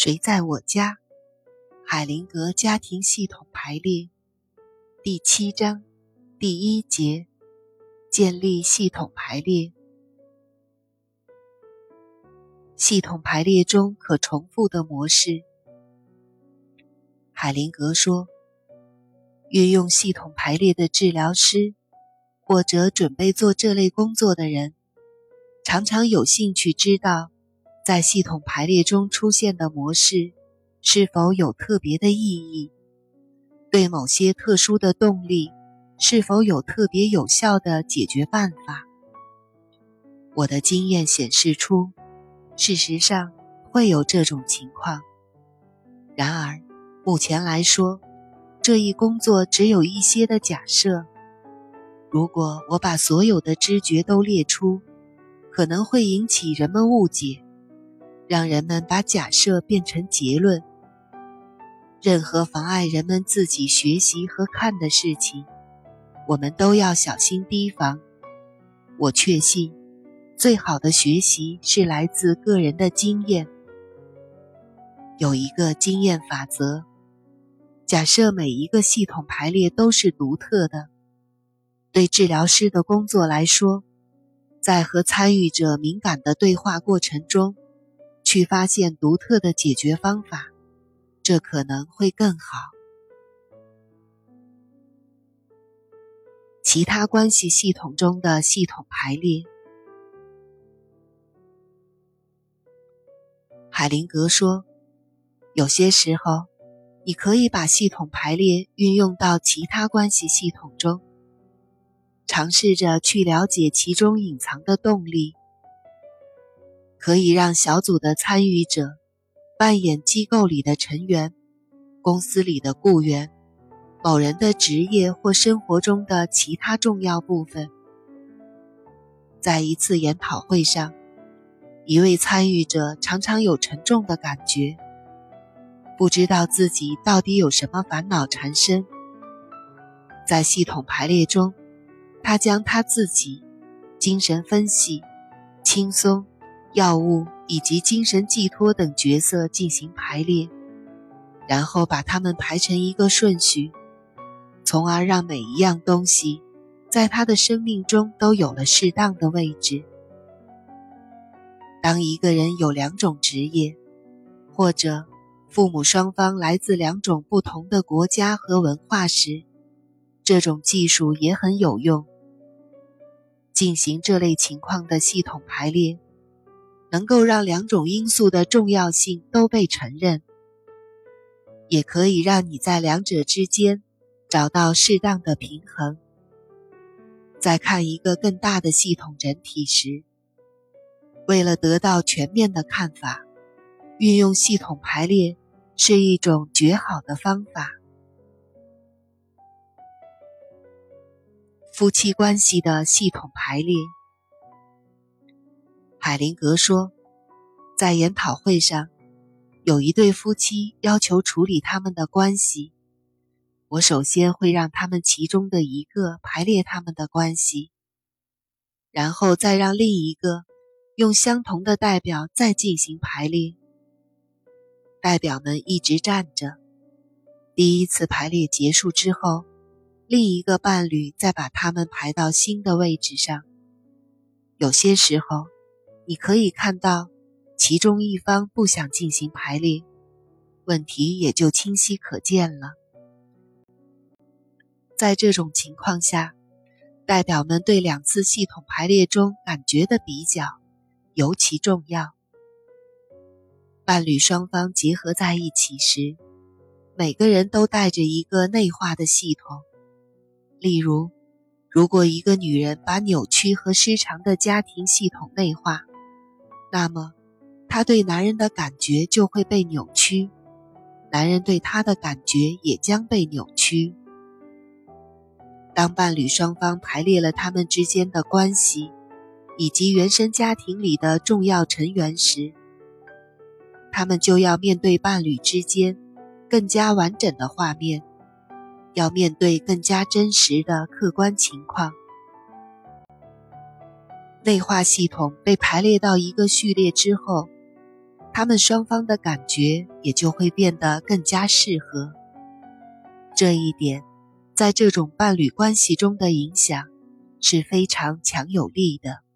谁在我家？海灵格家庭系统排列第7章第1节，建立系统排列。系统排列中可重复的模式。海灵格说，运用系统排列的治疗师或者准备做这类工作的人，常常有兴趣知道在系统排列中出现的模式是否有特别的意义，对某些特殊的动力是否有特别有效的解决办法。我的经验显示出，事实上会有这种情况。然而，目前来说，这一工作只有一些的假设。如果我把所有的知觉都列出，可能会引起人们误解，让人们把假设变成结论。任何妨碍人们自己学习和看的事情，我们都要小心提防。我确信，最好的学习是来自个人的经验。有一个经验法则，假设每一个系统排列都是独特的。对治疗师的工作来说，在和参与者敏感的对话过程中，去发现独特的解决方法，这可能会更好。其他关系系统中的系统排列。海灵格说，有些时候，你可以把系统排列运用到其他关系系统中，尝试着去了解其中隐藏的动力。可以让小组的参与者扮演机构里的成员、公司里的雇员、某人的职业或生活中的其他重要部分。在一次研讨会上，一位参与者常常有沉重的感觉，不知道自己到底有什么烦恼缠身。在系统排列中，他将他自己、精神分析、轻松、药物以及精神寄托等角色进行排列，然后把它们排成一个顺序，从而让每一样东西在他的生命中都有了适当的位置。当一个人有2种职业，或者父母双方来自2种不同的国家和文化时，这种技术也很有用。进行这类情况的系统排列，能够让2种因素的重要性都被承认，也可以让你在2者之间找到适当的平衡。在看一个更大的系统整体时，为了得到全面的看法，运用系统排列是一种绝好的方法。夫妻关系的系统排列。海灵格说，在研讨会上，有一对夫妻要求处理他们的关系。我首先会让他们其中的一个排列他们的关系，然后再让另一个用相同的代表再进行排列。代表们一直站着，第一次排列结束之后，另一个伴侣再把他们排到新的位置上。有些时候，你可以看到其中一方不想进行排列，问题也就清晰可见了。在这种情况下，代表们对2次系统排列中感觉的比较尤其重要。伴侣双方结合在一起时，每个人都带着一个内化的系统。例如，如果一个女人把扭曲和失常的家庭系统内化，那么她对男人的感觉就会被扭曲，男人对她的感觉也将被扭曲。当伴侣双方排列了他们之间的关系，以及原生家庭里的重要成员时，他们就要面对伴侣之间更加完整的画面，要面对更加真实的客观情况。内化系统被排列到一个序列之后， 他们双方的感觉也就会变得更加适合。这一点在这种伴侣关系中的影响是非常强有力的。